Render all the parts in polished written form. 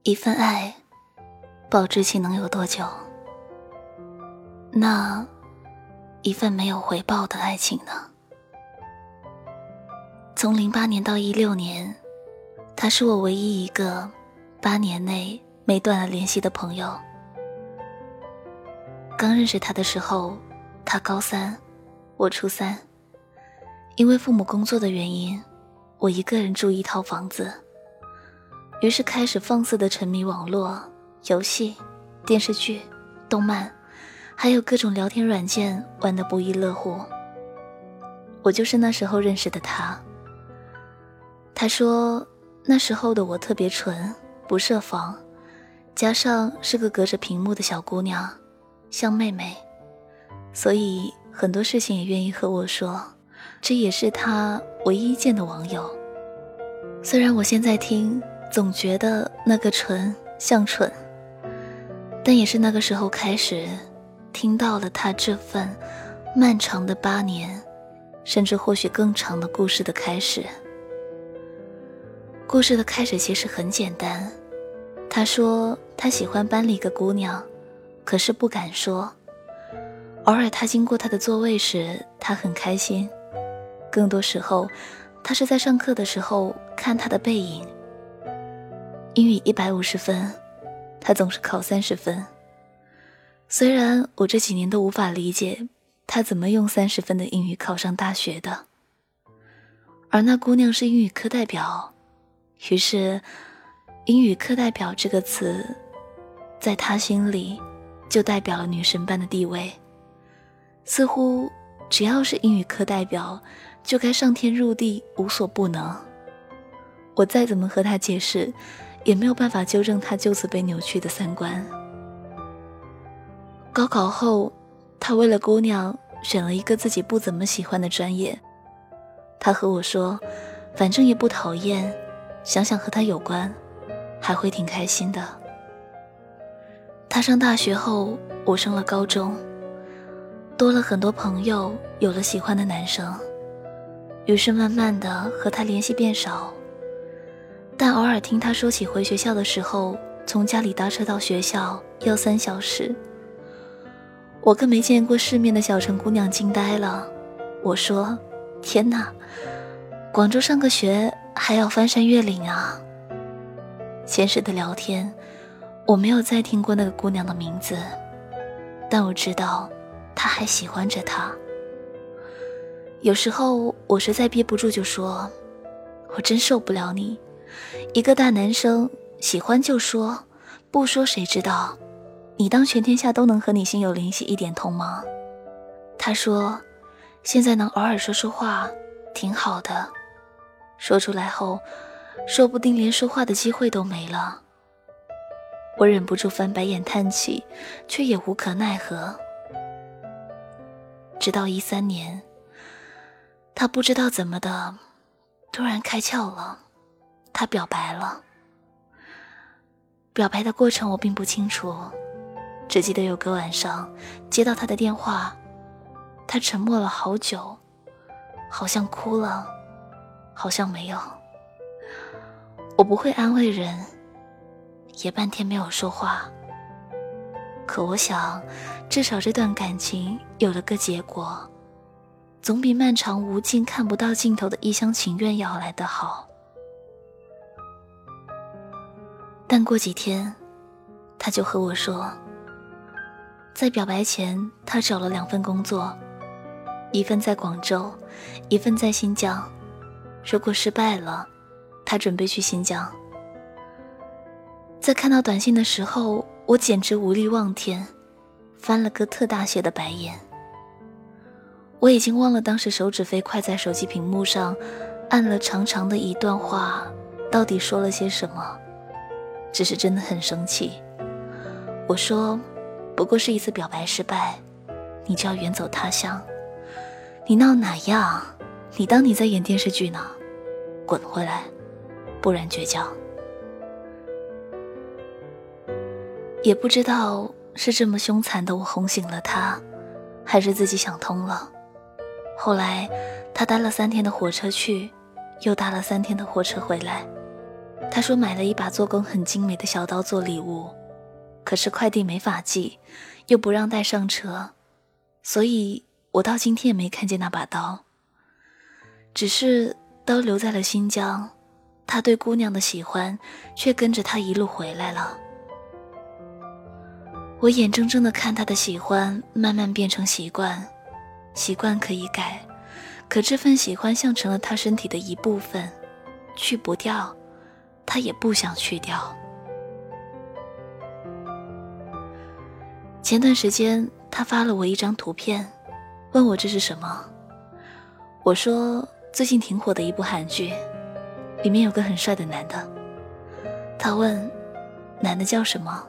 一份爱保质期能有多久？那一份没有回报的爱情呢？从08年到16年，他是我唯一一个8年内没断了联系的朋友。刚认识他的时候，他高3，我初3。因为父母工作的原因，我一个人住一套房子，于是开始放肆地沉迷网络、游戏、电视剧、动漫，还有各种聊天软件，玩得不亦乐乎。我就是那时候认识的他。他说那时候的我特别纯，不设防，加上是个隔着屏幕的小姑娘，像妹妹，所以很多事情也愿意和我说，这也是他唯一见的网友。虽然我现在听总觉得那个纯像蠢，但也是那个时候开始听到了他这份漫长的8年，甚至或许更长的故事的开始。故事的开始其实很简单，他说他喜欢班里一个姑娘，可是不敢说。偶尔他经过他的座位时，他很开心，更多时候他是在上课的时候看他的背影。英语150分，他总是考30分。虽然我这几年都无法理解他怎么用30分的英语考上大学的。而那姑娘是英语课代表，于是英语课代表这个词在他心里就代表了女神般的地位，似乎只要是英语课代表就该上天入地，无所不能。我再怎么和他解释，也没有办法纠正他就此被扭曲的三观。高考后，他为了姑娘选了一个自己不怎么喜欢的专业。他和我说，反正也不讨厌，想想和他有关，还会挺开心的。他上大学后，我升了高中，多了很多朋友，有了喜欢的男生，于是慢慢的和他联系变少。但偶尔听他说起回学校的时候，从家里搭车到学校要3小时。我跟没见过世面的小城姑娘惊呆了。我说，天哪，广州上个学还要翻山越岭啊。闲时的聊天，我没有再听过那个姑娘的名字，但我知道她还喜欢着他。有时候我实在憋不住就说，我真受不了你，一个大男生喜欢就说，不说谁知道，你当全天下都能和你心有灵犀一点通吗？他说，现在能偶尔说说话挺好的，说出来后说不定连说话的机会都没了。我忍不住翻白眼叹气，却也无可奈何。直到13年，他不知道怎么的突然开窍了，他表白了。表白的过程我并不清楚，只记得有个晚上接到他的电话，他沉默了好久，好像哭了，好像没有。我不会安慰人，也半天没有说话。可我想，至少这段感情有了个结果，总比漫长无尽看不到尽头的一厢情愿要来得好。但过几天，他就和我说，在表白前他找了2份工作，一份在广州，一份在新疆。如果失败了，他准备去新疆。在看到短信的时候，我简直无力望天，翻了个特大写的白眼。我已经忘了当时手指飞快在手机屏幕上按了长长的一段话到底说了些什么，只是真的很生气。我说，不过是一次表白失败，你就要远走他乡，你闹哪样？你当你在演电视剧呢？滚回来，不然绝交。也不知道是这么凶残的我哄醒了他，还是自己想通了。后来他搭了3天的火车去，又搭了3天的火车回来， 他说买了一把做工很精美的小刀做礼物，可是快递没法寄，又不让带上车，所以我到今天也没看见那把刀。只是刀留在了新疆，他对姑娘的喜欢却跟着他一路回来了。我眼睁睁地看他的喜欢慢慢变成习惯，习惯可以改，可这份喜欢像成了他身体的一部分，去不掉，他也不想去掉。前段时间他发了我一张图片，问我这是什么。我说最近挺火的一部韩剧，里面有个很帅的男的。他问男的叫什么？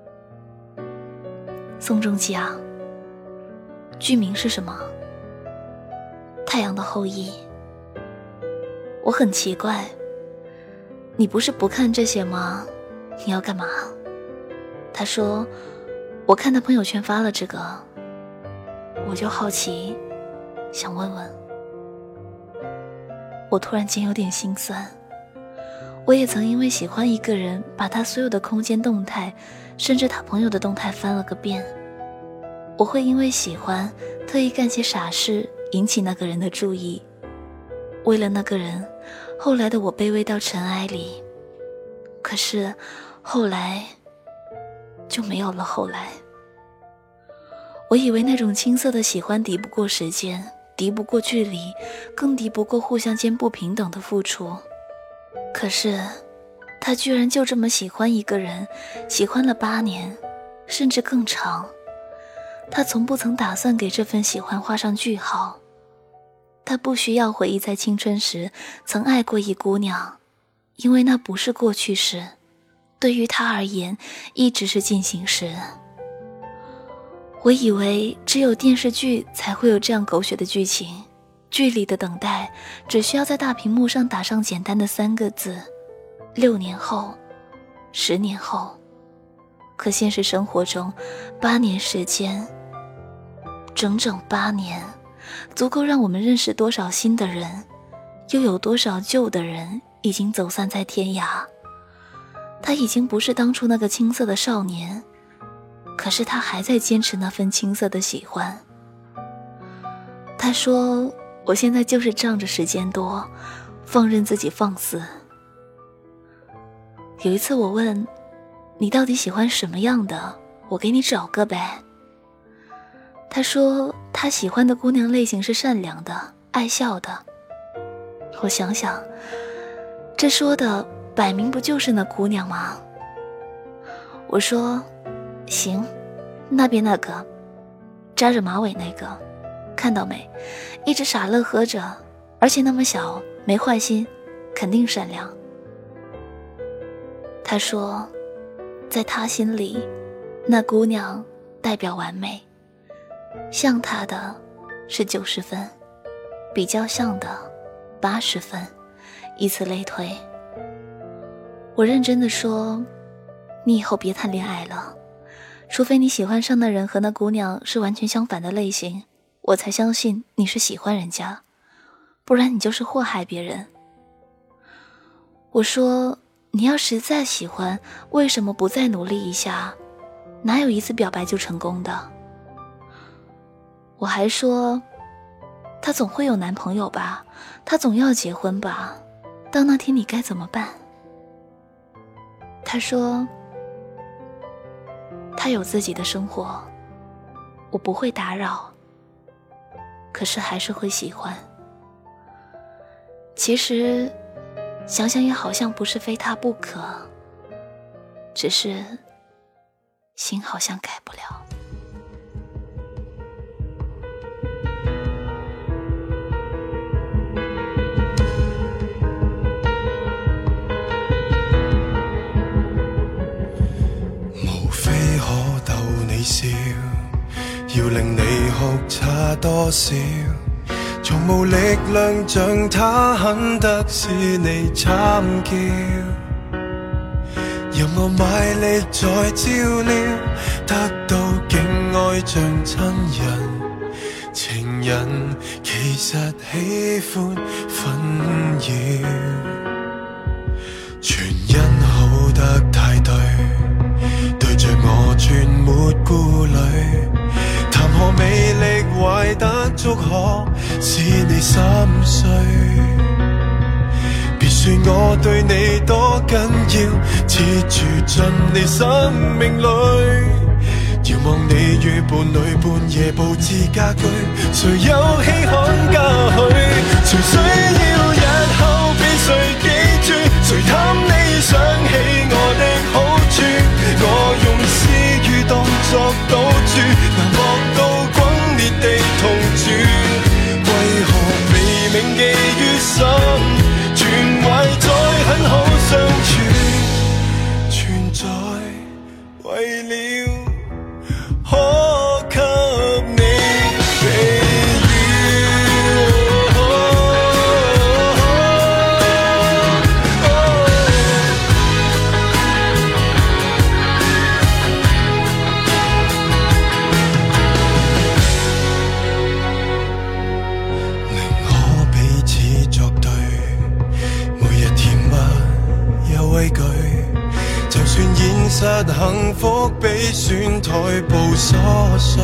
宋仲基啊。剧名是什么？太阳的后裔。我很奇怪，你不是不看这些吗？你要干嘛？他说我看他朋友圈发了这个，我就好奇，想问问。我突然间有点心酸，我也曾因为喜欢一个人，把他所有的空间动态，甚至他朋友的动态翻了个遍。我会因为喜欢，特意干些傻事，引起那个人的注意。为了那个人，后来的我卑微到尘埃里。可是后来就没有了后来。我以为那种青涩的喜欢敌不过时间，敌不过距离，更敌不过互相间不平等的付出。可是他居然就这么喜欢一个人，喜欢了8年，甚至更长。他从不曾打算给这份喜欢画上句号。他不需要回忆在青春时曾爱过一姑娘，因为那不是过去时，对于他而言一直是进行时。我以为只有电视剧才会有这样狗血的剧情，剧里的等待只需要在大屏幕上打上简单的3个字：6年后，10年后。可现实生活中8年时间，整整8年，足够让我们认识多少新的人，又有多少旧的人已经走散在天涯。他已经不是当初那个青涩的少年，可是他还在坚持那份青涩的喜欢。他说我现在就是仗着时间多，放任自己放肆。有一次我问你到底喜欢什么样的，我给你找个呗。他说他喜欢的姑娘类型是善良的，爱笑的。我想想，这说的摆明不就是那姑娘吗？我说行，那边那个扎着马尾那个，看到没？一直傻乐呵着，而且那么小，没坏心，肯定善良。他说在他心里，那姑娘代表完美，像他的是90分，比较像的80分，以此类推。我认真地说，你以后别谈恋爱了，除非你喜欢上的人和那姑娘是完全相反的类型，我才相信你是喜欢人家，不然你就是祸害别人。我说你要实在喜欢，为什么不再努力一下？哪有一次表白就成功的？我还说他总会有男朋友吧，他总要结婚吧，到那天你该怎么办？他说他有自己的生活，我不会打扰，可是还是会喜欢。其实想想也好像不是非他不可，只是心好像改不了。 无非可逗你笑，要令你哭差多少，從無力量像他很得使你慘叫，讓我賣力再照料，得到竟愛像親人，情人其實喜歡紛擾，全日足可使你心碎。别说我对你多紧要，似住进你生命里。遥望你与伴侣半夜布置家居，谁有稀罕家去？谁需要日後被誰記住？誰貪你想起我的好處？我用私語當作賭注，難博到滾烈地同住。為何未銘記於心？全懷再很好相處，存在為了可給你被就算現實幸福比選台步瑣碎，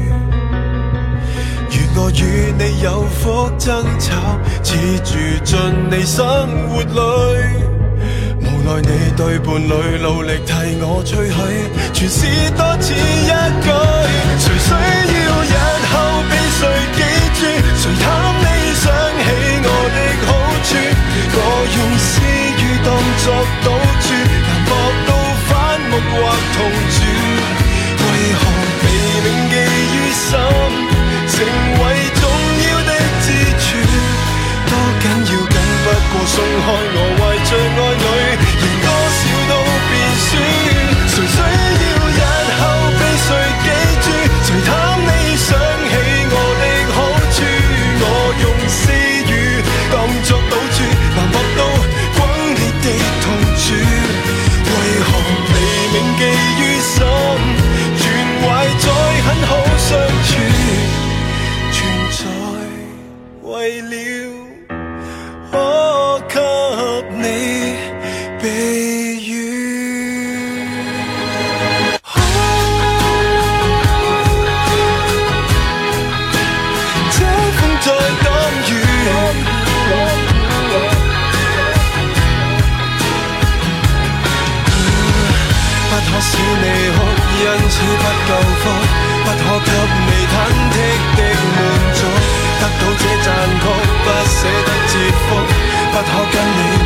願我與你有福爭吵，似住進你生活裏。無奈你對伴侶努力替我吹噓，全是多此一舉。誰需要日後被誰記住？誰貪你想起我的好處？我用私語當作賭注，難博到反目或同住。為何被銘記於心，成為重要的支柱？多緊要緊不過鬆開我懷着愛侶，仍多少都變輸。誰需要日後被誰記住？誰貪你想起我的好處？我用私語當作賭注，難博到滾烈地同住。為何被銘記於心？全懷再很好相處，存在為了可給你避雨。這風再擋雨，不可使你哭，因此不夠福，不可給你忐忑的滿足，得到這讚曲不捨得折服，不可跟你